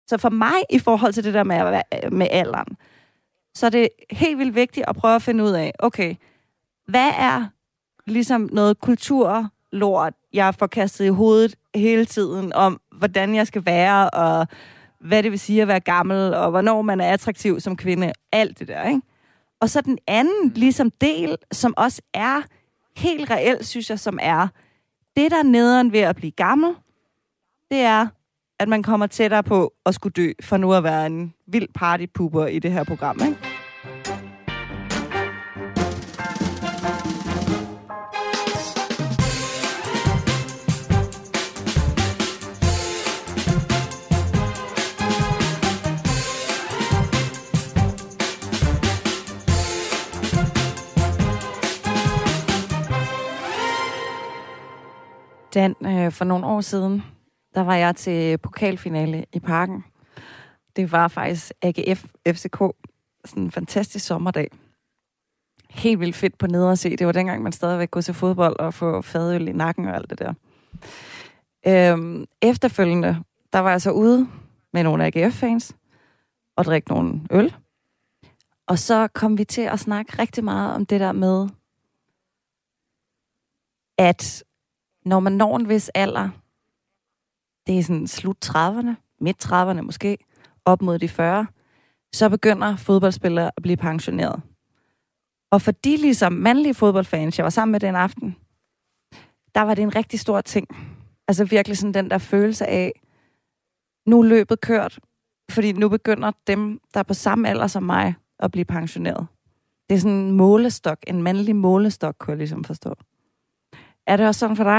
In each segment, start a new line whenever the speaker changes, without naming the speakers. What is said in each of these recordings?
Så for mig, i forhold til det der med alderen, så er det helt vildt vigtigt at prøve at finde ud af, okay, hvad er ligesom noget kulturlort, jeg får kastet i hovedet hele tiden, om hvordan jeg skal være, og hvad det vil sige at være gammel, og hvornår man er attraktiv som kvinde, alt det der, ikke? Og så den anden ligesom del, som også er helt reelt, synes jeg, som er det, der er nederen ved at blive gammel, det er, at man kommer tættere på at skulle dø, for nu at være en vild partypooper i det her program, ikke? Dan, for nogle år siden, der var jeg til pokalfinale i Parken. Det var faktisk AGF FCK. Sådan en fantastisk sommerdag. Helt vildt fedt på nede at se. Det var dengang, man stadigvæk kunne se fodbold og få fadøl i nakken og alt det der. Efterfølgende, der var jeg så ude med nogle AGF-fans og drikke nogle øl. Og så kom vi til at snakke rigtig meget om det der med, at når man når en vis alder, det er sådan slut 30'erne, midt 30'erne måske, op mod de 40, så begynder fodboldspillere at blive pensioneret. Og for de ligesom mandlige fodboldfans, jeg var sammen med den aften, der var det en rigtig stor ting. Altså virkelig sådan den der følelse af, nu er løbet kørt, fordi nu begynder dem, der er på samme alder som mig, at blive pensioneret. Det er sådan en målestok, en mandlig målestok, kunne jeg ligesom forstå. Er det også sådan for dig?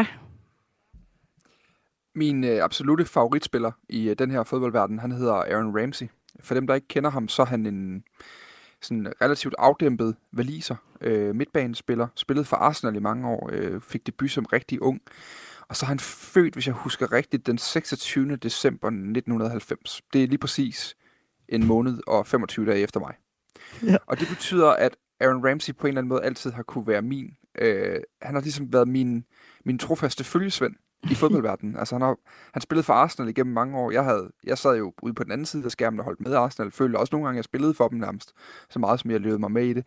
Min absolutte favoritspiller i den her fodboldverden, han hedder Aaron Ramsey. For dem, der ikke kender ham, så er han en sådan relativt afdæmpet waliser, midtbanespiller, spillede for Arsenal i mange år, fik debut som rigtig ung. Og så er han født, hvis jeg husker rigtigt, den 26. december 1990. Det er lige præcis en måned og 25 dage efter mig. Ja. Og det betyder, at Aaron Ramsey på en eller anden måde altid har kunne være min. Han har ligesom været min trofaste følgesvend i fodboldverdenen. Altså han spillede for Arsenal igennem mange år. Jeg sad jo ude på den anden side af skærmen og holdt med Arsenal. Følte også nogle gange, jeg spillede for dem nærmest så meget, som jeg levede mig med i det.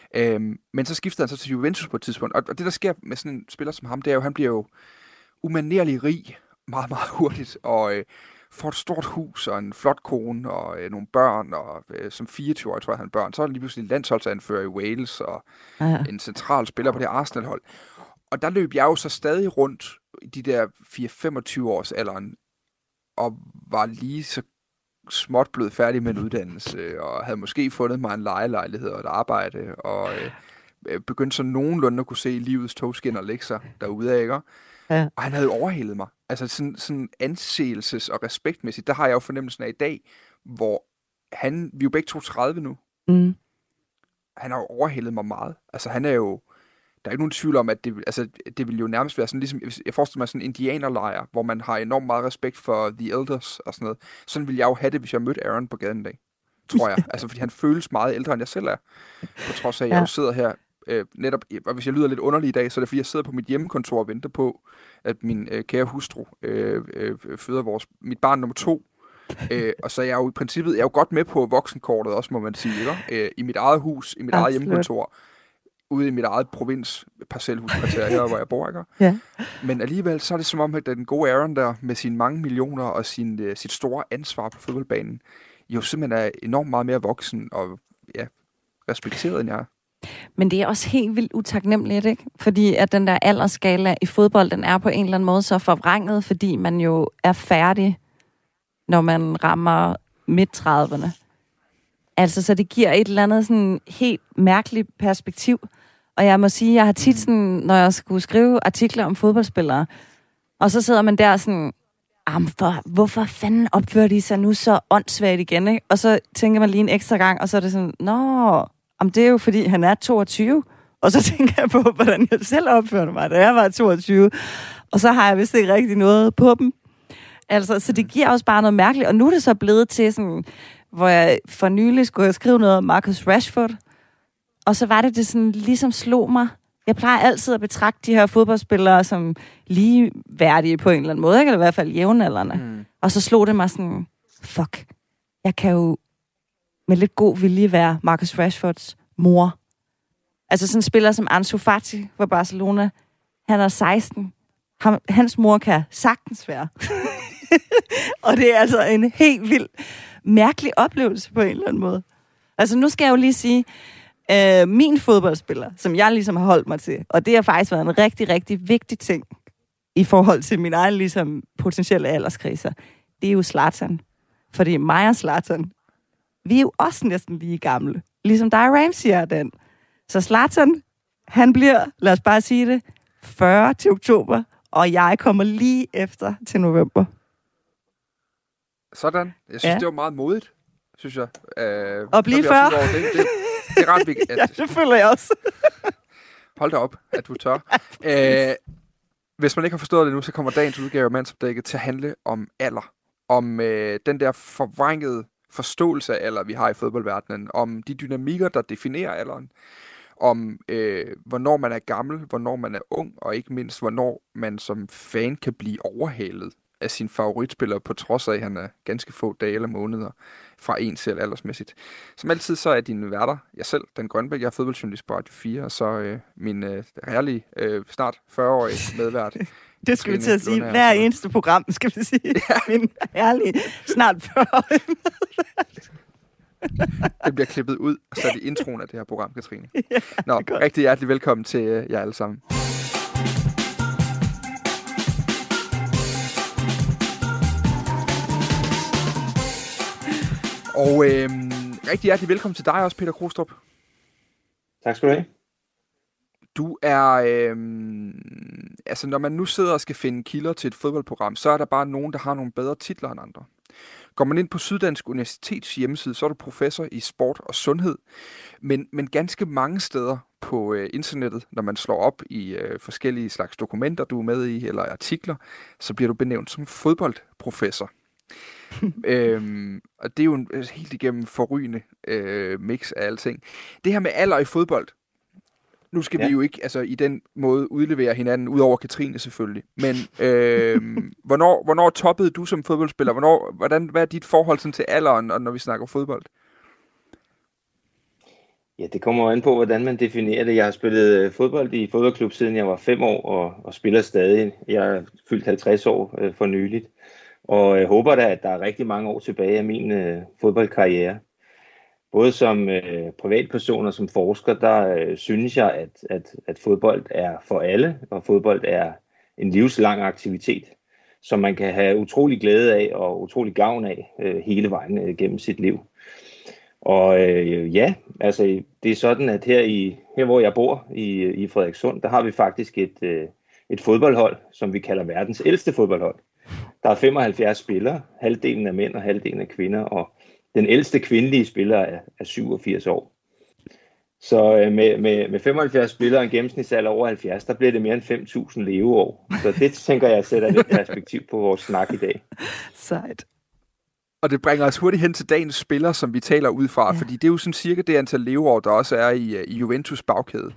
Men så skiftede han så til Juventus på et tidspunkt. Og det, der sker med sådan en spiller som ham, det er jo, han bliver jo umanerlig rig meget, meget hurtigt. Og får et stort hus og en flot kone og nogle børn. Og som 24-årig, tror jeg, han har børn. Så er han lige pludselig landsholdsanfører i Wales og en central spiller på det Arsenal-hold. Og der løb jeg jo så stadig rundt i de der 4-25 års alderen, og var lige så småt blevet færdig med en uddannelse, og havde måske fundet mig en lejelejlighed og et arbejde, og begyndte så nogenlunde at kunne se livets togskinner lægge sig derude af, ikke? Ja. Og han havde jo overhældet mig. Altså sådan anseelses- og respektmæssigt, der har jeg jo fornemmelsen af i dag, hvor vi er jo begge 32 nu. Mm. Han har jo overhældet mig meget. Altså han er jo, der er ikke nogen tvivl om, at det vil jo nærmest være sådan, ligesom, jeg forestiller mig sådan en indianerlejr, hvor man har enormt meget respekt for the elders og sådan noget. Sådan ville jeg jo have det, hvis jeg mødte Aaron på gaden en dag, tror jeg. Altså, fordi han føles meget ældre, end jeg selv er. På trods af, at jeg jo sidder her netop, og hvis jeg lyder lidt underlig i dag, så er det, fordi jeg sidder på mit hjemmekontor og venter på, at min kære hustru føder mit barn nummer 2. Og så er jeg jo i princippet, jeg er jo godt med på voksenkortet også, må man sige, ikke? I mit eget hus, i mit eget hjemmekontor, ude i mit eget provins-parcelhuskvarter her, hvor jeg bor, ikke? Ja. Men alligevel, så er det som om, at den gode Aaron der, med sine mange millioner og sit store ansvar på fodboldbanen, jo simpelthen er enormt meget mere voksen og respekteret, end jeg er.
Men det er også helt vildt utaknemmeligt, ikke? Fordi at den der aldersskala i fodbold, den er på en eller anden måde så forvrænget, fordi man jo er færdig, når man rammer midt-30'erne. Altså, så det giver et eller andet sådan helt mærkeligt perspektiv. Og jeg må sige, jeg har tit sådan, når jeg skulle skrive artikler om fodboldspillere, og så sidder man der sådan, hvorfor fanden opfører de sig nu så åndssvagt igen, ikke? Og så tænker man lige en ekstra gang, og så er det sådan, det er jo fordi, han er 22. Og så tænker jeg på, hvordan jeg selv opførte mig, da jeg var 22. Og så har jeg vist ikke rigtig noget på dem. Altså, så det giver også bare noget mærkeligt. Og nu er det så blevet til sådan, hvor jeg for nylig skulle skrive noget om Marcus Rashford. Og så var det sådan, ligesom slog mig. Jeg plejer altid at betragte de her fodboldspillere som ligeværdige på en eller anden måde, ikke? Eller i hvert fald jævnaldrende. Og så slog det mig sådan, fuck, jeg kan jo med lidt god vilje være Marcus Rashfords mor. Altså sådan en spiller som Ansu Fati for Barcelona, han er 16. Hans mor kan sagtens være. Og det er altså en helt vild, mærkelig oplevelse på en eller anden måde. Altså nu skal jeg jo lige sige, min fodboldspiller, som jeg ligesom har holdt mig til, og det har faktisk været en rigtig, rigtig vigtig ting i forhold til min egen ligesom potentielle alderskriser, det er jo Zlatan. Fordi mig og Zlatan, vi er jo også næsten lige gamle. Ligesom dig og Ramsey er den. Så Zlatan, han bliver, lad os bare sige det, 40 til oktober, og jeg kommer lige efter til november.
Sådan. Jeg synes, det var meget modigt, synes jeg.
Og blive 40.
Det er ret vigtigt.
Ja, det føler jeg også.
Hold da op, at du tør. Hvis man ikke har forstået det nu, så kommer dagens udgave af Mandsopdækket til at handle om alder. Om den der forvrængede forståelse af alder, vi har i fodboldverdenen. Om de dynamikker, der definerer alderen. Om hvornår man er gammel, hvornår man er ung, og ikke mindst, hvornår man som fan kan blive overhalet af sin favoritspiller, på trods af, at han er ganske få dage eller måneder fra en selv aldersmæssigt. Som altid så er dine værter, jeg selv, Dan Grønbæk, jeg er fodboldjournalist på Radio 4, og så min herlige, snart 40-årige medvært.
Det skal vi til at sige. Hver eneste program, skal vi sige. Ja. Min herlige, snart 40-årige medvært.
Det bliver klippet ud og sat i introen af det her program, Katrine. Ja, rigtig hjertelig velkommen til jer alle sammen. Og rigtig hjertelig velkommen til dig også, Peter Krostrup.
Tak skal du have.
Du er, altså når man nu sidder og skal finde kilder til et fodboldprogram, så er der bare nogen, der har nogle bedre titler end andre. Går man ind på Syddansk Universitets hjemmeside, så er du professor i sport og sundhed. Men ganske mange steder på internettet, når man slår op i forskellige slags dokumenter, du er med i, eller artikler, så bliver du benævnt som fodboldprofessor. Og det er jo en helt igennem forrygende mix af alting. Det her med alder i fodbold, nu skal vi jo ikke i den måde udlevere hinanden, udover Katrine selvfølgelig. Men hvornår toppede du som fodboldspiller? Hvad er dit forhold sådan til alderen, når vi snakker fodbold?
Ja, det kommer jo an på, hvordan man definerer det. Jeg har spillet fodbold i fodboldklub siden jeg var 5 år, og spiller stadig. Jeg er fyldt 50 år for nyligt. Og jeg håber da, at der er rigtig mange år tilbage af min fodboldkarriere. Både som privatperson og som forsker, der synes jeg, at fodbold er for alle, og fodbold er en livslang aktivitet, som man kan have utrolig glæde af og utrolig gavn af hele vejen gennem sit liv. Og det er sådan, at her hvor jeg bor i Frederikssund, der har vi faktisk et fodboldhold, som vi kalder verdens ældste fodboldhold. Der er 75 spillere, halvdelen af mænd og halvdelen af kvinder, og den ældste kvindelige spiller er 87 år. Så med 75 spillere og en gennemsnitsalder over 70, der bliver det mere end 5.000 leveår. Så det tænker jeg sætter lidt perspektiv på vores snak i dag.
Sejt.
Og det bringer os hurtigt hen til dagens spiller, som vi taler ud fra, fordi det er jo sådan cirka det antal leveår, der også er i Juventus bagkæde.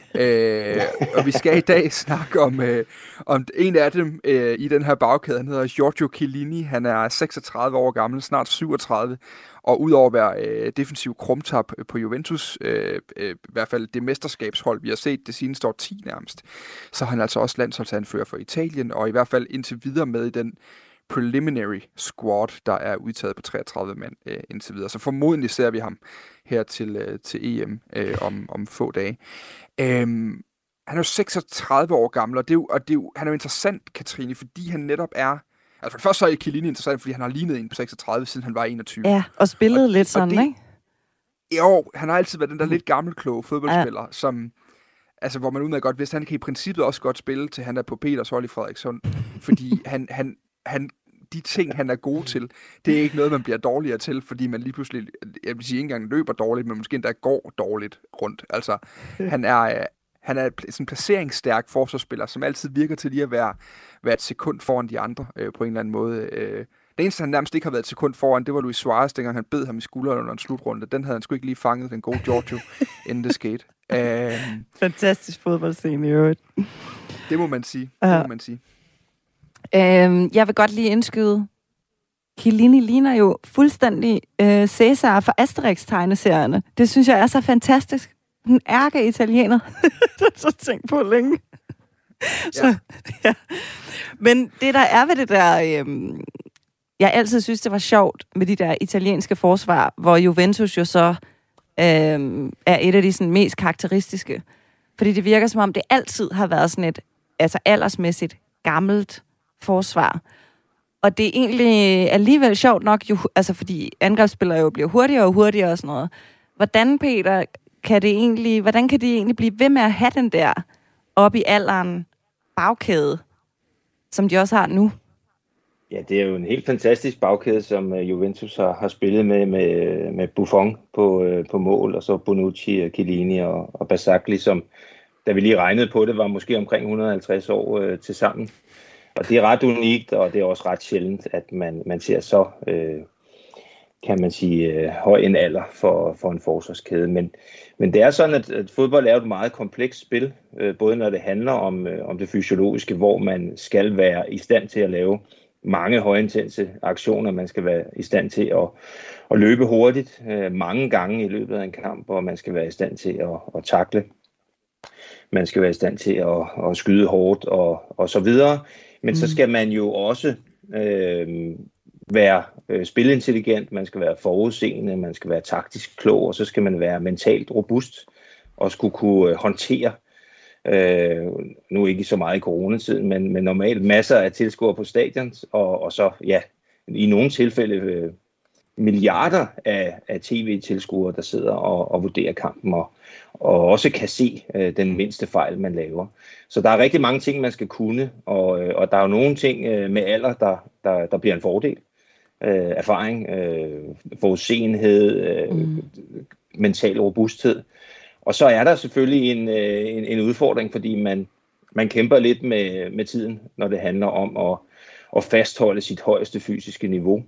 Og vi skal i dag snakke om en af dem i den her bagkæde. Han hedder Giorgio Chiellini. Han er 36 år gammel, snart 37. Og udover at være defensiv krumtap på Juventus, i hvert fald det mesterskabshold, vi har set det seneste år 10 nærmest, så er han altså også landsholdsanfører for Italien, og i hvert fald indtil videre med i den preliminary squad, der er udtaget på 33 mand indtil videre. Så formodentlig ser vi ham her til EM om få dage. Han er jo 36 år gammel, og han er jo interessant, Katrine, fordi han netop er... Altså for det første så er Chiellini interessant, fordi han har lignet en på 36, siden han var 21.
Ja, og spillet lidt sådan, ikke?
Jo, han har altid været den der lidt gammelkloge fodboldspiller, som... Altså, hvor man udmærket godt vidste, han kan i princippet også godt spille, til han er på Peters hold i Frederikssund. Fordi han de ting, han er god til, det er ikke noget, man bliver dårligere til, fordi man lige pludselig, jeg vil sige, ikke engang løber dårligt, men måske endda går dårligt rundt. Altså, han er sådan en placeringsstærk forsvarsspiller, som altid virker til lige at være et sekund foran de andre, på en eller anden måde. Det eneste, han nærmest ikke har været et sekund foran, det var Luis Suarez, dengang han bed ham i skulderen under en slutrunde. Den havde han sgu ikke lige fanget, den gode Giorgio, inden det skete.
Fantastisk fodboldscene i øvrigt.
Det må man sige. Det må man sige.
Jeg vil godt lige indskyde. Chiellini ligner jo fuldstændig Cæsar fra Asterix-tegneserierne. Det synes jeg er så fantastisk. En ærke-italiener. Det har jeg tænkt på længe. Så, ja. Men det, der er ved det der... jeg altid synes, det var sjovt med de der italienske forsvar, hvor Juventus jo så er et af de sådan, mest karakteristiske. Fordi det virker, som om det altid har været sådan et aldersmæssigt gammelt forsvar. Og det er egentlig alligevel sjovt nok, jo, fordi angrebsspillere jo bliver hurtigere og hurtigere og sådan noget. Hvordan, Peter, kan de egentlig blive ved med at have den der op i alderen bagkæde, som de også har nu?
Ja, det er jo en helt fantastisk bagkæde, som Juventus har spillet med Buffon på mål, og så Bonucci, Chiellini og Basagli, som, da vi lige regnede på det, var måske omkring 150 år til sammen. Og det er ret unikt, og det er også ret sjældent, at man ser så, kan man sige, høj en alder for en forsvarskæde. Men det er sådan, at fodbold er et meget komplekst spil, både når det handler om det fysiologiske, hvor man skal være i stand til at lave mange højintense aktioner. Man skal være i stand til at løbe hurtigt mange gange i løbet af en kamp, og man skal være i stand til at takle. Man skal være i stand til at skyde hårdt og så videre. Men så skal man jo også være spilintelligent, man skal være forudseende, man skal være taktisk klog, og så skal man være mentalt robust og skulle kunne håndtere, nu ikke så meget i coronatiden, men normalt masser af tilskuere på stadion, og så ja, i nogle tilfælde milliarder af tv-tilskuere, der sidder og vurderer kampen, og også kan se den mindste fejl, man laver. Så der er rigtig mange ting, man skal kunne, og der er jo nogle ting med alder, der bliver en fordel. Erfaring, forudseenhed, mental robusthed. Og så er der selvfølgelig en udfordring, fordi man kæmper lidt med tiden, når det handler om at fastholde sit højeste fysiske niveau.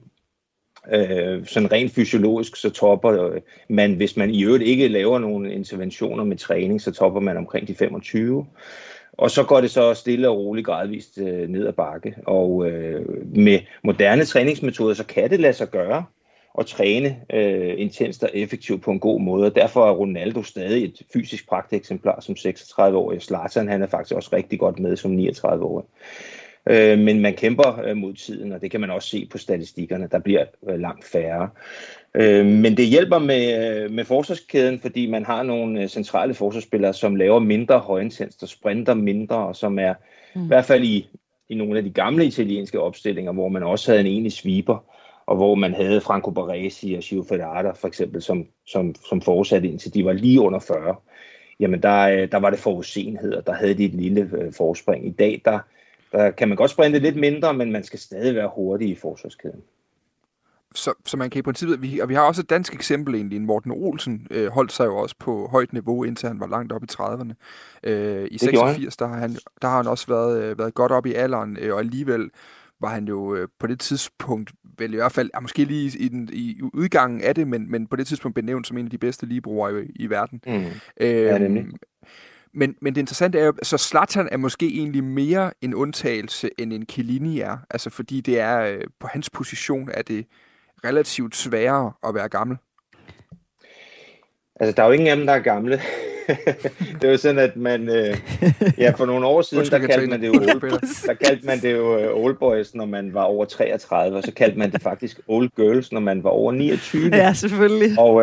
Sådan rent fysiologisk, så topper man, hvis man i øvrigt ikke laver nogle interventioner med træning, så topper man omkring de 25. Og så går det så stille og roligt gradvist ned ad bakke. Og med moderne træningsmetoder, så kan det lade sig gøre at træne intenst og effektivt på en god måde. Og derfor er Ronaldo stadig et fysisk pragteksemplar som 36-årig. Zlatan, han er faktisk også rigtig godt med som 39-årig. Men man kæmper mod tiden, og det kan man også se på statistikkerne. Der bliver langt færre. Men det hjælper med forsvarskæden, fordi man har nogle centrale forsvarsspillere, som laver mindre højintens og sprinter mindre, og som er i hvert fald i nogle af de gamle italienske opstillinger, hvor man også havde en egentlig sweeper, og hvor man havde Franco Baresi og Gio Ferrara for eksempel, som fortsatte indtil de var lige under 40. Jamen der var det forudseenhed, og der havde de et lille forspring. I dag, der kan man godt sprinte lidt mindre, men man skal stadig være hurtig i forsvarskæden.
Så man kan i princippet, vi har også et dansk eksempel egentlig, Morten Olsen holdt sig jo også på højt niveau, indtil han var langt op i 30'erne. I 86, der har han også været godt op i alderen, og alligevel var han jo på det tidspunkt, vel i hvert fald, måske lige i udgangen af det, men på det tidspunkt benævnt som en af de bedste ligebrugere i verden.
Ja, nemlig.
Men det interessante er jo, så Zlatan er måske egentlig mere en undtagelse, end en Chiellini er. Altså fordi det er, på hans position er det relativt sværere at være gammel.
Altså, der er jo ingen af dem, der er gamle. Det er jo sådan, at man... for nogle år siden, der kaldte man det jo old boys, når man var over 33, og så kaldte man det faktisk old girls, når man var over 29.
Ja, selvfølgelig.
Og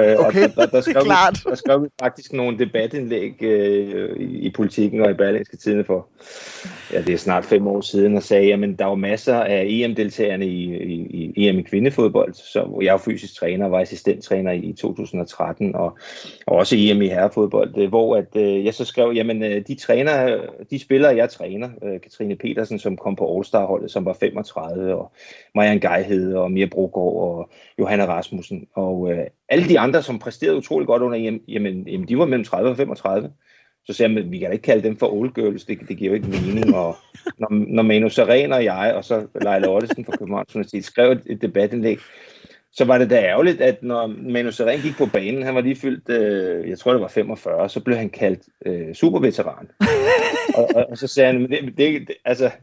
der skrev vi faktisk nogle debatindlæg i Politikken og i Berlingske Tidende for, det er snart 5 år siden, og sagde, jamen, der var masser af EM-deltagerne i EM i kvindefodbold, så jeg var fysisk træner og var assistenttræner i 2013, og også EM i herrefodbold, hvor at, jeg så skrev, jamen de spillere, jeg træner, Katrine Petersen, som kom på All-Star-holdet, som var 35, og Marianne Geihede, og Mia Brogaard, og Johanna Rasmussen, og alle de andre, som præsterede utrolig godt under EM, jamen de var mellem 30 og 35. Så sagde jeg, vi kan da ikke kalde dem for old girls, det giver jo ikke mening. Og når Manu Sareen og jeg, og så Leila Ottesen fra Københavns Universitet, skrev et debatindlæg, så var det da ærgerligt, at når Manu Sareen gik på banen, han var lige fyldt, jeg tror det var 45, så blev han kaldt superveteran. og så sagde han,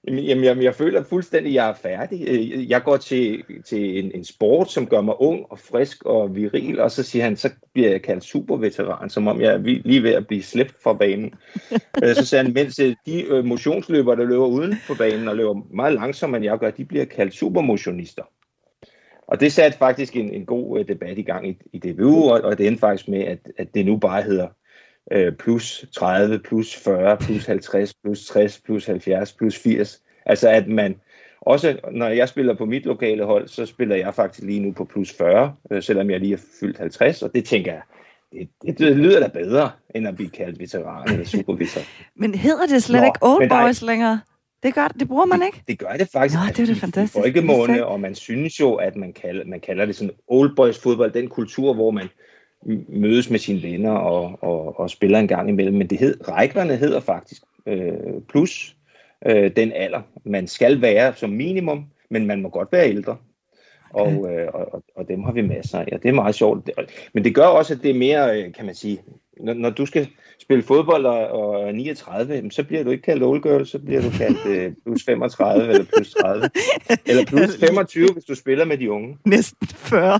Jamen, jeg føler fuldstændig, at jeg er færdig. Jeg går til en sport, som gør mig ung og frisk og viril, og så siger han, så bliver jeg kaldt superveteran, som om jeg er lige ved at blive slæbt fra banen. Så siger han, mens de motionsløbere, der løber uden på banen og løber meget langsommere end jeg gør, de bliver kaldt supermotionister. Og det satte faktisk en god debat i gang i DBU, og det endte faktisk med, at det nu bare hedder plus 30, plus 40, plus 50, plus 60, plus 70, plus 80. Altså at man også, når jeg spiller på mit lokale hold, så spiller jeg faktisk lige nu på plus 40, selvom jeg lige er fyldt 50, og det tænker jeg, det lyder da bedre, end at blive kaldt veteran eller superveteran.
Men hedder det slet ikke old boys længere? Det bruger man ikke?
Det gør det faktisk.
Nå, det er det fantastisk.
I folkemåne, og man synes jo, at man kalder det sådan old boys fodbold, den kultur, hvor man mødes med sine venner og spiller en gang imellem. Men reglerne hedder faktisk plus den alder. Man skal være som minimum, men man må godt være ældre. Okay. Og dem har vi masser af. Ja, det er meget sjovt. Men det gør også, at det er mere, kan man sige, når du skal spille fodbold og er 39, så bliver du ikke kaldt old girl, så bliver du kaldt plus 35 eller plus 30. Eller plus 25, hvis du spiller med de unge.
Næsten 40.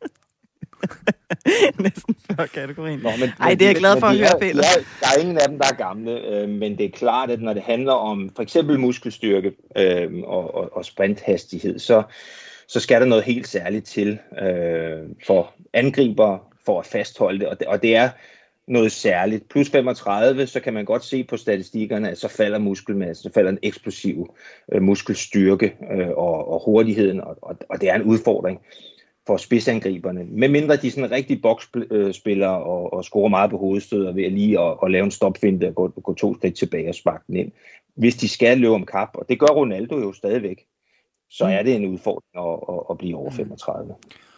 Næsten 40 kategorien. Ej, det er jeg glad for at høre, Peter.
Der er ingen af dem, der er gamle, men det er klart, at når det handler om for eksempel muskelstyrke og sprinthastighed, så skal der noget helt særligt til for angriber for at fastholde det, og det er noget særligt. Plus 35, så kan man godt se på statistikkerne, at så falder muskelmassen, så falder en eksplosiv muskelstyrke og hurtigheden, og det er en udfordring for spidsangriberne. Medmindre de er sådan rigtig boksspillere og scorer meget på hovedstød ved at lige at lave en stopfinte og gå 2 skridt tilbage og sparke den ind. Hvis de skal løbe om kap, og det gør Ronaldo jo stadigvæk, så er det en udfordring at blive over 35.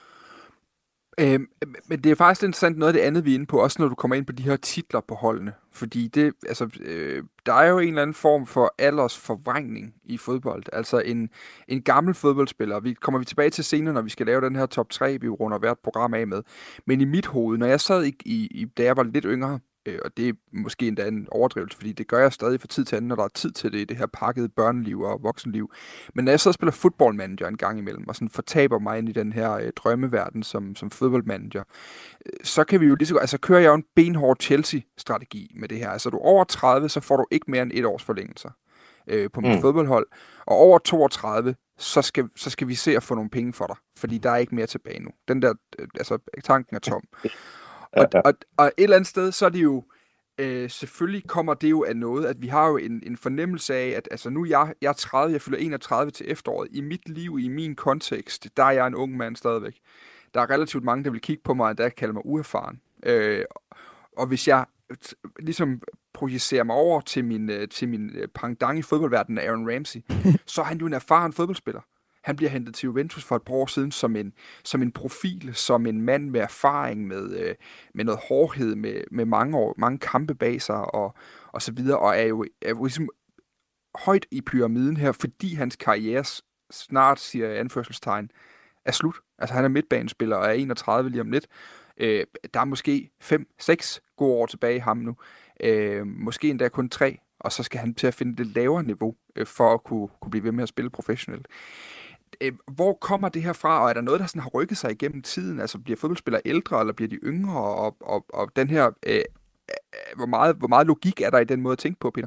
Men det er faktisk interessant noget af det andet, vi er inde på, også når du kommer ind på de her titler på holdene. Fordi der er jo en eller anden form for aldersforvrængning i fodbold. Altså en gammel fodboldspiller, kommer vi tilbage til senere, når vi skal lave den her top 3, vi runder hvert program af med. Men i mit hoved, når jeg sad da jeg var lidt yngre, og det er måske endda en overdrivelse, fordi det gør jeg stadig fra tid til anden, når der er tid til det her pakkede børneliv og voksenliv. Men når jeg så spiller footballmanager en gang imellem, og sådan fortaber mig ind i den her drømmeverden som fodboldmanager, så kan vi jo lige så godt, altså kører jeg jo en benhård Chelsea-strategi med det her. Altså du over 30, så får du ikke mere end 1 års forlængelser på mit fodboldhold, og over 32, så skal vi se at få nogle penge for dig, fordi der er ikke mere tilbage nu. Den der, tanken er tom. Og et eller andet sted, så er det jo, selvfølgelig kommer det jo af noget, at vi har jo en fornemmelse af, at altså nu jeg er 30, jeg fylder 31 til efteråret. I mit liv, i min kontekst, der er jeg en ung mand stadigvæk. Der er relativt mange, der vil kigge på mig, og der kalder mig uerfaren. Og hvis jeg ligesom projicerer mig over til min pendant i fodboldverdenen af Aaron Ramsey, så er han jo en erfaren fodboldspiller. Han bliver hentet til Juventus for et par år siden som en profil, som en mand med erfaring, med noget hårdhed, med mange kampe bag sig og så videre, og er jo ligesom højt i pyramiden her, fordi hans karriere snart, siger jeg anførselstegn, er slut. Altså han er midtbanespiller og er 31 lige om lidt. Der er måske 5-6 gode år tilbage i ham nu. Måske endda kun 3, og så skal han til at finde det lavere niveau for at kunne blive ved med at spille professionelt. Hvor kommer det her fra, og er der noget, der sådan har rykket sig igennem tiden? Altså bliver fodboldspillere ældre, eller bliver de yngre? Og den her, hvor meget logik er der i den måde at tænke på, Peter?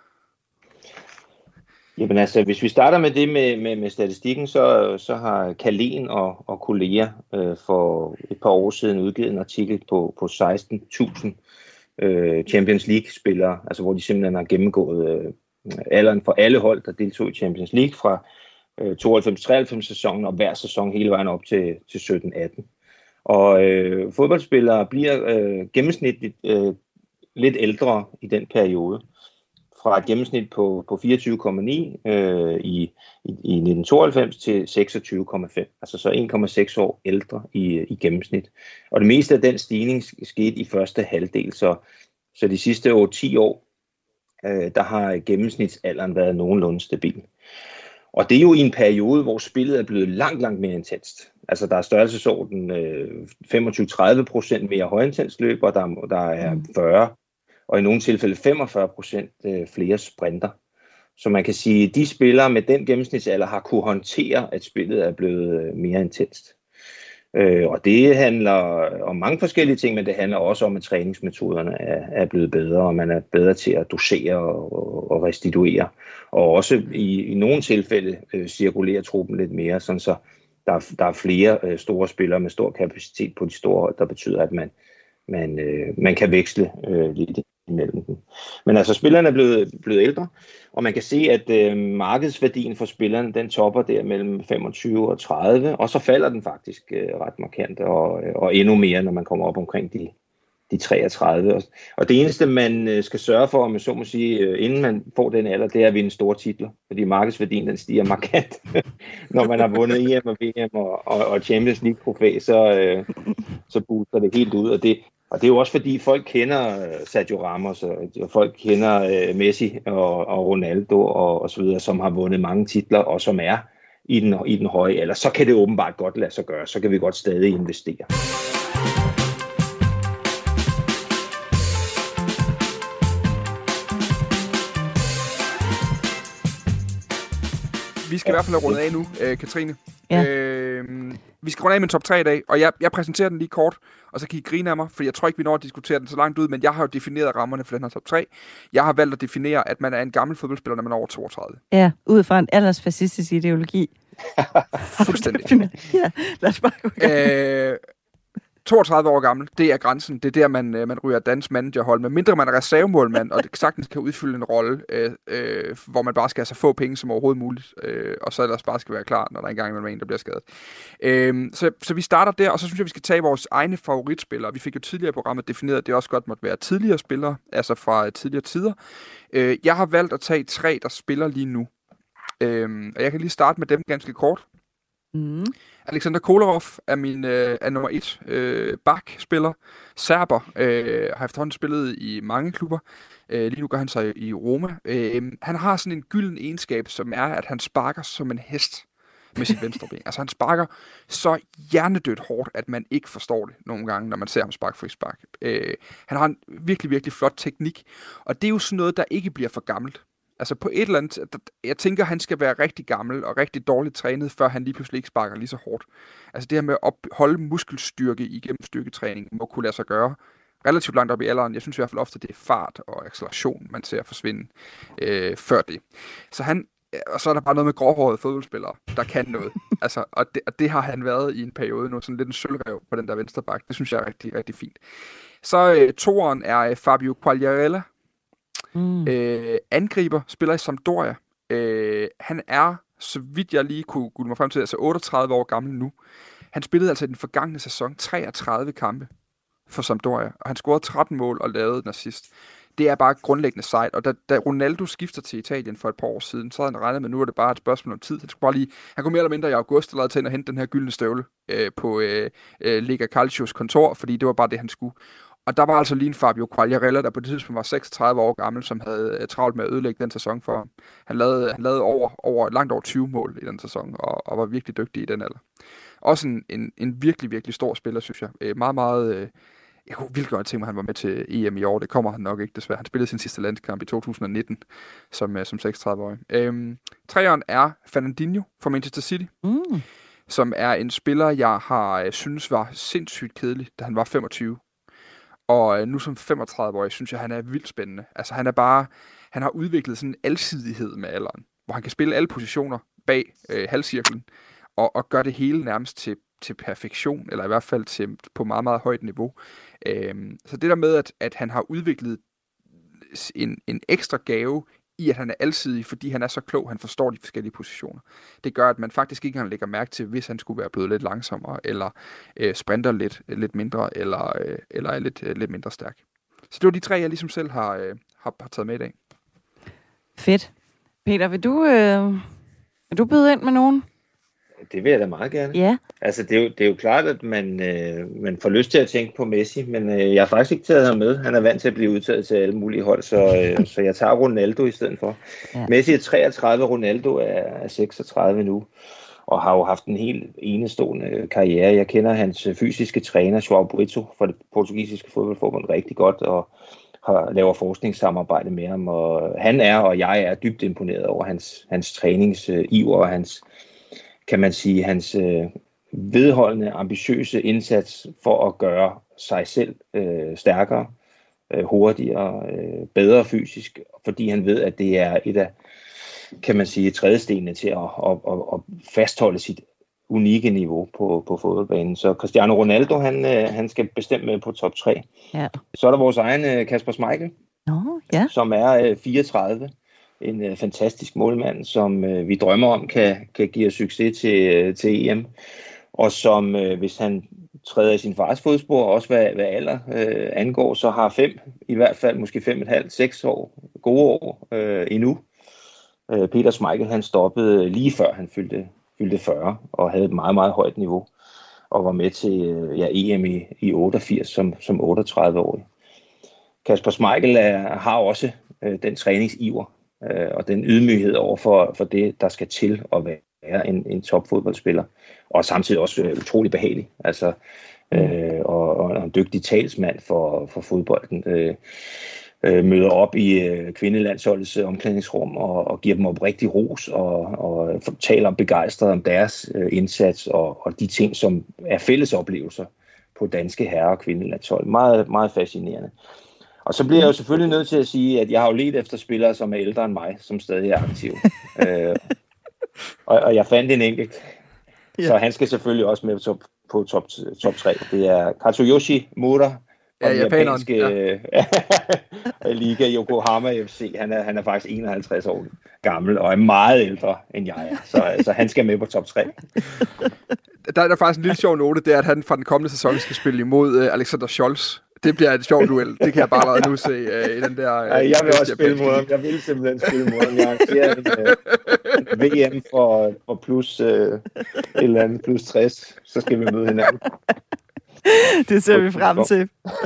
Jamen altså, hvis vi starter med det med statistikken, så har Kalén og kolleger for et par år siden udgivet en artikel på 16.000 Champions League-spillere, altså hvor de simpelthen har gennemgået alderen for alle hold, der deltog i Champions League fra 92-93 sæsonen og hver sæson hele vejen op til 17-18. Og fodboldspillere bliver gennemsnitligt lidt ældre i den periode. Fra et gennemsnit på 24,9 i 1992 til 26,5. Altså så 1,6 år ældre i gennemsnit. Og det meste af den stigning skete i første halvdel. Så de sidste 10 år, der har gennemsnitsalderen været nogenlunde stabil. Og det er jo i en periode, hvor spillet er blevet langt mere intenst. Altså der er størrelsesorden 25-30% mere højintens løb, og der er 40, og i nogle tilfælde 45% flere sprinter. Så man kan sige, at de spillere med den gennemsnitsalder har kunne håndtere, at spillet er blevet mere intenst. Og det handler om mange forskellige ting, men det handler også om, at træningsmetoderne er blevet bedre, og man er bedre til at dosere og restituere. Og også i nogle tilfælde cirkulerer truppen lidt mere, sådan så der er flere store spillere med stor kapacitet på de store hold, der betyder, at man kan veksle lidt imellem dem. Men altså, spillerne er blevet ældre, og man kan se, at markedsværdien for spillerne, den topper der mellem 25 og 30, og så falder den faktisk ret markant, og endnu mere, når man kommer op omkring de 33. Og det eneste, man skal sørge for, om man så må sige, inden man får den alder, det er at vinde store titler, fordi markedsværdien, den stiger markant. Når man har vundet EM og VM og Champions League-trofæ, så booster det helt ud, og det er jo også fordi, folk kender Sergio Ramos, og folk kender Messi og Ronaldo og så videre, som har vundet mange titler, og som er i den høje alder. Så kan det åbenbart godt lade sig gøre. Så kan vi godt stadig investere.
Vi skal i hvert fald have rundet af nu, Katrine.
Ja.
Vi skal runde af med en top 3 i dag, og jeg præsenterer den lige kort, og så kan I grine af mig, for jeg tror ikke, vi når at diskutere den så langt ud, men jeg har jo defineret rammerne for den her top 3. Jeg har valgt at definere, at man er en gammel fodboldspiller, når man er over 32.
Ja, ud fra en aldersfascistisk ideologi.
Fuldstændig.
Ja, lad os bare gå i gang.
32 år gammel, det er grænsen. Det er der, man ryger dansk managerhold, med mindre man er reservemålmål, og det sagtens kan udfylde en rolle, hvor man bare skal have så få penge som overhovedet muligt, og så ellers bare skal være klar, når der engang er en, der bliver skadet. Så vi starter der, og så synes jeg, vi skal tage vores egne favoritspillere. Vi fik jo tidligere i programmet defineret, at det også godt måtte være tidligere spillere, altså fra tidligere tider. Jeg har valgt at tage 3, der spiller lige nu. Og jeg kan lige starte med dem ganske kort. Alexander Kolarov er nummer 1 bak-spiller. Serber, har efterhånden spillet i mange klubber. Lige nu gør han sig i Roma. Han har sådan en gylden egenskab, som er, at han sparker som en hest med sit venstre ben. Altså han sparker så hjernedødt hårdt, at man ikke forstår det nogle gange, når man ser ham sparke frispark. Han har en virkelig, virkelig flot teknik, og det er jo sådan noget, der ikke bliver for gammelt. Altså på et eller andet, jeg tænker, han skal være rigtig gammel og rigtig dårligt trænet, før han lige pludselig ikke sparker lige så hårdt. Altså det her med at holde muskelstyrke igennem styrketræning, må kunne lade sig gøre relativt langt op i alderen. Jeg synes i hvert fald ofte, det er fart og acceleration, man ser forsvinde før det. Og så er der bare noget med gråhårede fodboldspillere, der kan noget. Altså, og det har han været i en periode nu, sådan lidt en sølvrev på den der venstre bak. Det synes jeg er rigtig, rigtig fint. Så toeren er Fabio Quagliarella. Angriber, spiller i Sampdoria. Han er, så vidt jeg lige kunne mig frem til, altså 38 år gammel nu. Han spillede altså i den forgangne sæson 33 kampe for Sampdoria, og han scorede 13 mål og lavede den assist. Det er bare grundlæggende sejt, og da Ronaldo skifter til Italien for et par år siden, så havde han regnet med, at nu er det bare et spørgsmål om tid. Han kunne mere eller mindre i august lade til at hente den her gyldne støvle på Lega Calcios kontor, fordi det var bare det, han skulle. Og der var altså lige en Fabio Quagliarella, der på det tidspunkt var 36 år gammel, som havde travlt med at ødelægge den sæson for ham. Han lavede langt over 20 mål i den sæson, og var virkelig dygtig i den alder. Også en virkelig, virkelig stor spiller, synes jeg. Meget, jeg kunne virkelig godt tænke mig, at han var med til EM i år. Det kommer han nok ikke, desværre. Han spillede sin sidste landskamp i 2019 som 36-årig. Treeren er Fernandinho fra Manchester City, som er en spiller, jeg har synes var sindssygt kedelig, da han var 25. Og nu som 35-årig, synes jeg, han er vildt spændende. Altså han har udviklet sådan en alsidighed med alderen, hvor han kan spille alle positioner bag halvcirklen, og gøre det hele nærmest til perfektion, eller i hvert fald på meget, meget højt niveau. Så det der med, at han har udviklet en ekstra gave i, at han er alsidig, fordi han er så klog, han forstår de forskellige positioner. Det gør, at man faktisk ikke engang lægger mærke til, hvis han skulle være blevet lidt langsommere, eller sprinter lidt mindre, eller er lidt mindre stærk. Så det var de 3, jeg ligesom selv har taget med i dag.
Fedt. Peter, vil du byde ind med nogen?
Det vil jeg da meget gerne.
Ja.
Altså, det er jo klart, at man får lyst til at tænke på Messi, men jeg har faktisk ikke taget ham med. Han er vant til at blive udtaget til alle mulige hold, så jeg tager Ronaldo i stedet for. Ja. Messi er 33, Ronaldo er 36 nu, og har jo haft en helt enestående karriere. Jeg kender hans fysiske træner, João Brito, fra det portugisiske fodboldforbund rigtig godt, laver forskningssamarbejde med ham, og han er, og jeg er dybt imponeret over hans træningsiver og hans, kan man sige, hans vedholdende, ambitiøse indsats for at gøre sig selv stærkere, hurtigere, bedre fysisk, fordi han ved, at det er et af, kan man sige, trædestenene til at fastholde sit unikke niveau på fodboldbanen. Så Cristiano Ronaldo, han skal bestemt med på top 3.
Ja.
Så er der vores egen Kasper Schmeichel, som er 34. En fantastisk målmand, som vi drømmer om kan give os succes til EM. Og som, hvis han træder i sin fars fodspor, også hvad alder angår, så har 5, i hvert fald måske 5,5-6 år, gode år endnu. Peter Schmeichel, han stoppede lige før han fyldte 40, og havde et meget, meget højt niveau, og var med til EM i 88 som 38-årig. Kasper Schmeichel har også den træningsiver, og den ydmyghed over for det, der skal til at være en topfodboldspiller, og samtidig også utrolig behagelig, altså, og en dygtig talsmand for fodbolden. Møder op i kvindelandsholdets omklædningsrum og giver dem oprigtig ros og taler begejstret om deres indsats og de ting, som er fælles oplevelser på danske herre- og kvindelandshold. Meget, meget fascinerende. Og så bliver jeg jo selvfølgelig nødt til at sige, at jeg har jo let efter spillere, som er ældre end mig, som stadig er aktive. Og jeg fandt en enkelt. Så han skal selvfølgelig også med på top 3. Det er Katsuyoshi Mura, og den japanske liga Yokohama FC. Han er faktisk 51 år gammel og er meget ældre end jeg er. Så han skal med på top 3.
Der er faktisk en lille sjov note, det er, at han fra den kommende sæson skal spille imod Alexander Scholz. Det bliver et sjovt duel. Det kan jeg bare allerede nu se i den der...
Jeg vil også spille mod ham. Jeg vil simpelthen spille mod ham. Jeg ser en VM for plus et eller andet, plus 60. Så skal vi møde hinanden.
Det ser vi frem til.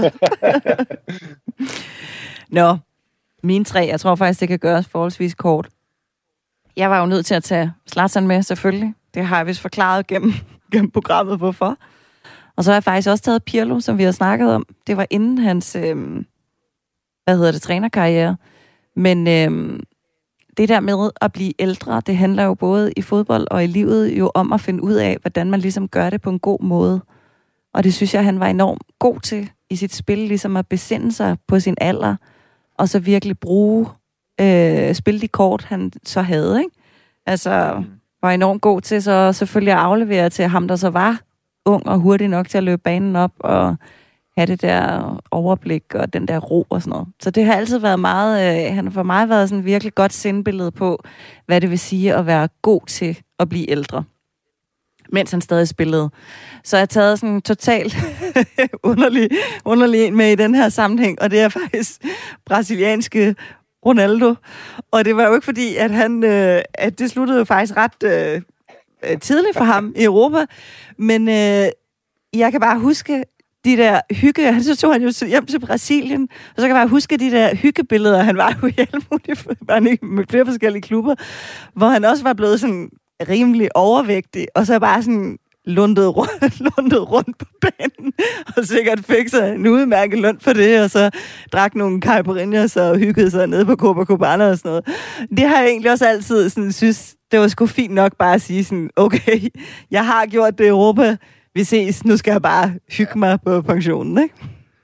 Nå, mine 3, jeg tror faktisk, det kan gøres forholdsvis kort. Jeg var jo nødt til at tage Zlatan med, selvfølgelig. Det har jeg vist forklaret gennem programmet, hvorfor. Og så har jeg faktisk også taget Pirlo, som vi har snakket om. Det var inden hans, trænerkarriere. Men det der med at blive ældre, det handler jo både i fodbold og i livet jo om at finde ud af, hvordan man ligesom gør det på en god måde. Og det synes jeg, han var enormt god til i sit spil, ligesom at besinde sig på sin alder, og så virkelig spille de kort, han så havde, ikke? Altså, var enormt god til så selvfølgelig at aflevere til ham, der så var ung og hurtig nok til at løbe banen op, og have det der overblik og den der ro og sådan noget. Så det har altid været meget, han har for mig været sådan virkelig godt sindbillede på, hvad det vil sige at være god til at blive ældre, mens han stadig spillede. Så jeg har taget sådan en totalt underlig en med i den her sammenhæng, og det er faktisk brasilianske Ronaldo. Og det var jo ikke fordi, at det sluttede jo faktisk ret tidligt for ham i Europa, men jeg kan bare huske de der så tog han jo hjem til Brasilien, og så kan jeg bare huske de der hyggebilleder, han var jo i alle mulige, med flere forskellige klubber, hvor han også var blevet sådan rimelig overvægtig, og så bare sådan lundet rundt på banen, og sikkert fik sig en udmærket løn for det, og så drak nogle caipirinhas og hyggede sig nede på Copacabana og sådan noget. Det har jeg egentlig også altid sådan synes, det var sgu fint nok bare at sige sådan, okay, jeg har gjort det i Europa, vi ses, nu skal jeg bare hygge mig på pensionen, ikke?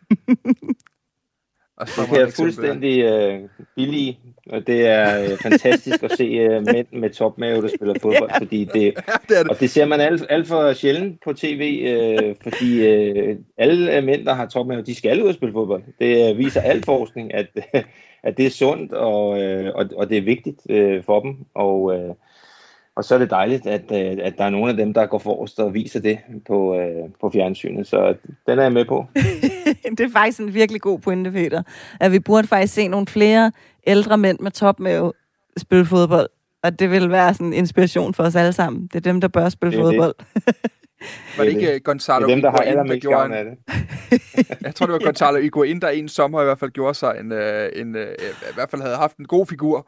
Det kan jeg fuldstændig billige, og det er fantastisk at se mænd med topmave, der spiller fodbold, fordi og det ser man alt for sjældent på tv, fordi alle mænd, der har topmave, de skal ud og spille fodbold. Det viser al forskning, at det er sundt, og det er vigtigt for dem, og så er det dejligt, at der er nogle af dem, der går forrest og viser det på fjernsynet. Så den er jeg med på.
Det er faktisk en virkelig god pointe, Peter. At vi burde faktisk se nogle flere ældre mænd med topmave spille fodbold. Og det vil være sådan en inspiration for os alle sammen. Det er dem, der bør spille fodbold.
Var det ikke Gonzalo
Higuain, der gjorde af det?
Jeg tror, det var Gonzalo Higuain, der en sommer i hvert fald gjorde sig i hvert fald havde haft en god figur.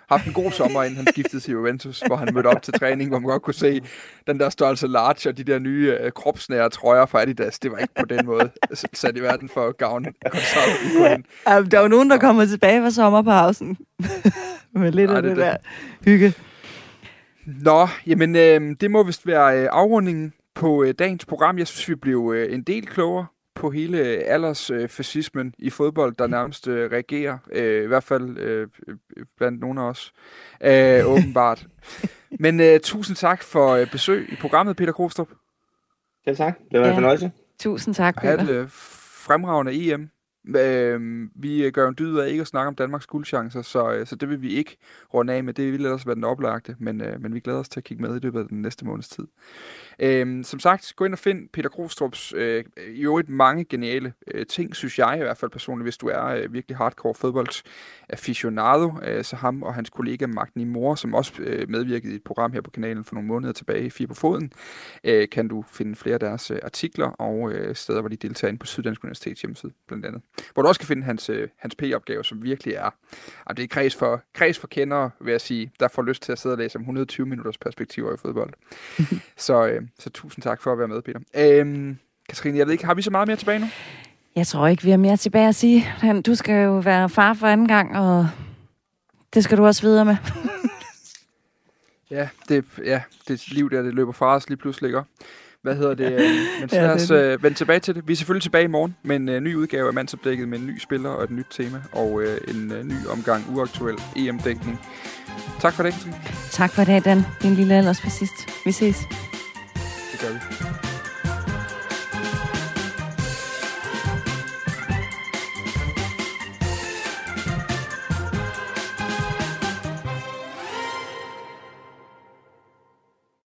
haft en god sommer, inden han skiftede til Juventus, hvor han mødte op til træning, hvor man godt kunne se den der størrelse large og de der nye kropsnære trøjer fra Adidas. Det var ikke på den måde sat i verden for at gavne koncerten.
Der er jo nogen, der kommer tilbage fra sommerpausen med lidt af det der hygge.
Nå, jamen det må vist være afrundingen på dagens program. Jeg synes, vi blev en del klogere på hele aldersfascismen i fodbold, der nærmest reagerer, i hvert fald blandt nogle af os, åbenbart. Men tusind tak for besøg i programmet, Peter Krogstrup.
Ja, tak. Det var en fornøjelse.
Tusind tak, Peter.
Ha' et fremragende EM. Vi gør en dyd af ikke at snakke om Danmarks guldchancer, så det vil vi ikke runde af med. Det vil ellers være den oplagte, men vi glæder os til at kigge med i løbet af den næste måneds tid. Som sagt, gå ind og find Peter Krogstrups i øvrigt mange geniale ting, synes jeg i hvert fald personligt, hvis du er virkelig hardcore fodboldaficionado, så ham og hans kollega Magni Moore, som også medvirkede i et program her på kanalen for nogle måneder tilbage i 4 på foden, kan du finde flere af deres artikler og steder, hvor de deltager inde på Syddansk Universitets hjemmeside, blandt andet. Hvor du også kan finde hans P-opgave, som virkelig er, det er kreds for kendere, vil jeg sige, der får lyst til at sidde og læse om 120 minutters perspektiver i fodbold. Så tusind tak for at være med, Peter. Katrine, jeg ved ikke, har vi så meget mere tilbage nu?
Jeg tror ikke, vi har mere tilbage at sige. Du skal jo være far for anden gang, og det skal du også videre med. Det liv der, det løber fra os lige pludselig, ikke? Hvad hedder det? Men så lad os vende tilbage til det. Vi er selvfølgelig tilbage i morgen med en ny udgave af Mandsopdækket med en ny spiller og et nyt tema og en ny omgang uaktuel EM-dækning. Tak for det, Katrine. Tak for det, Dan. Din lille aldersfascist. Vi ses.
Det gør vi.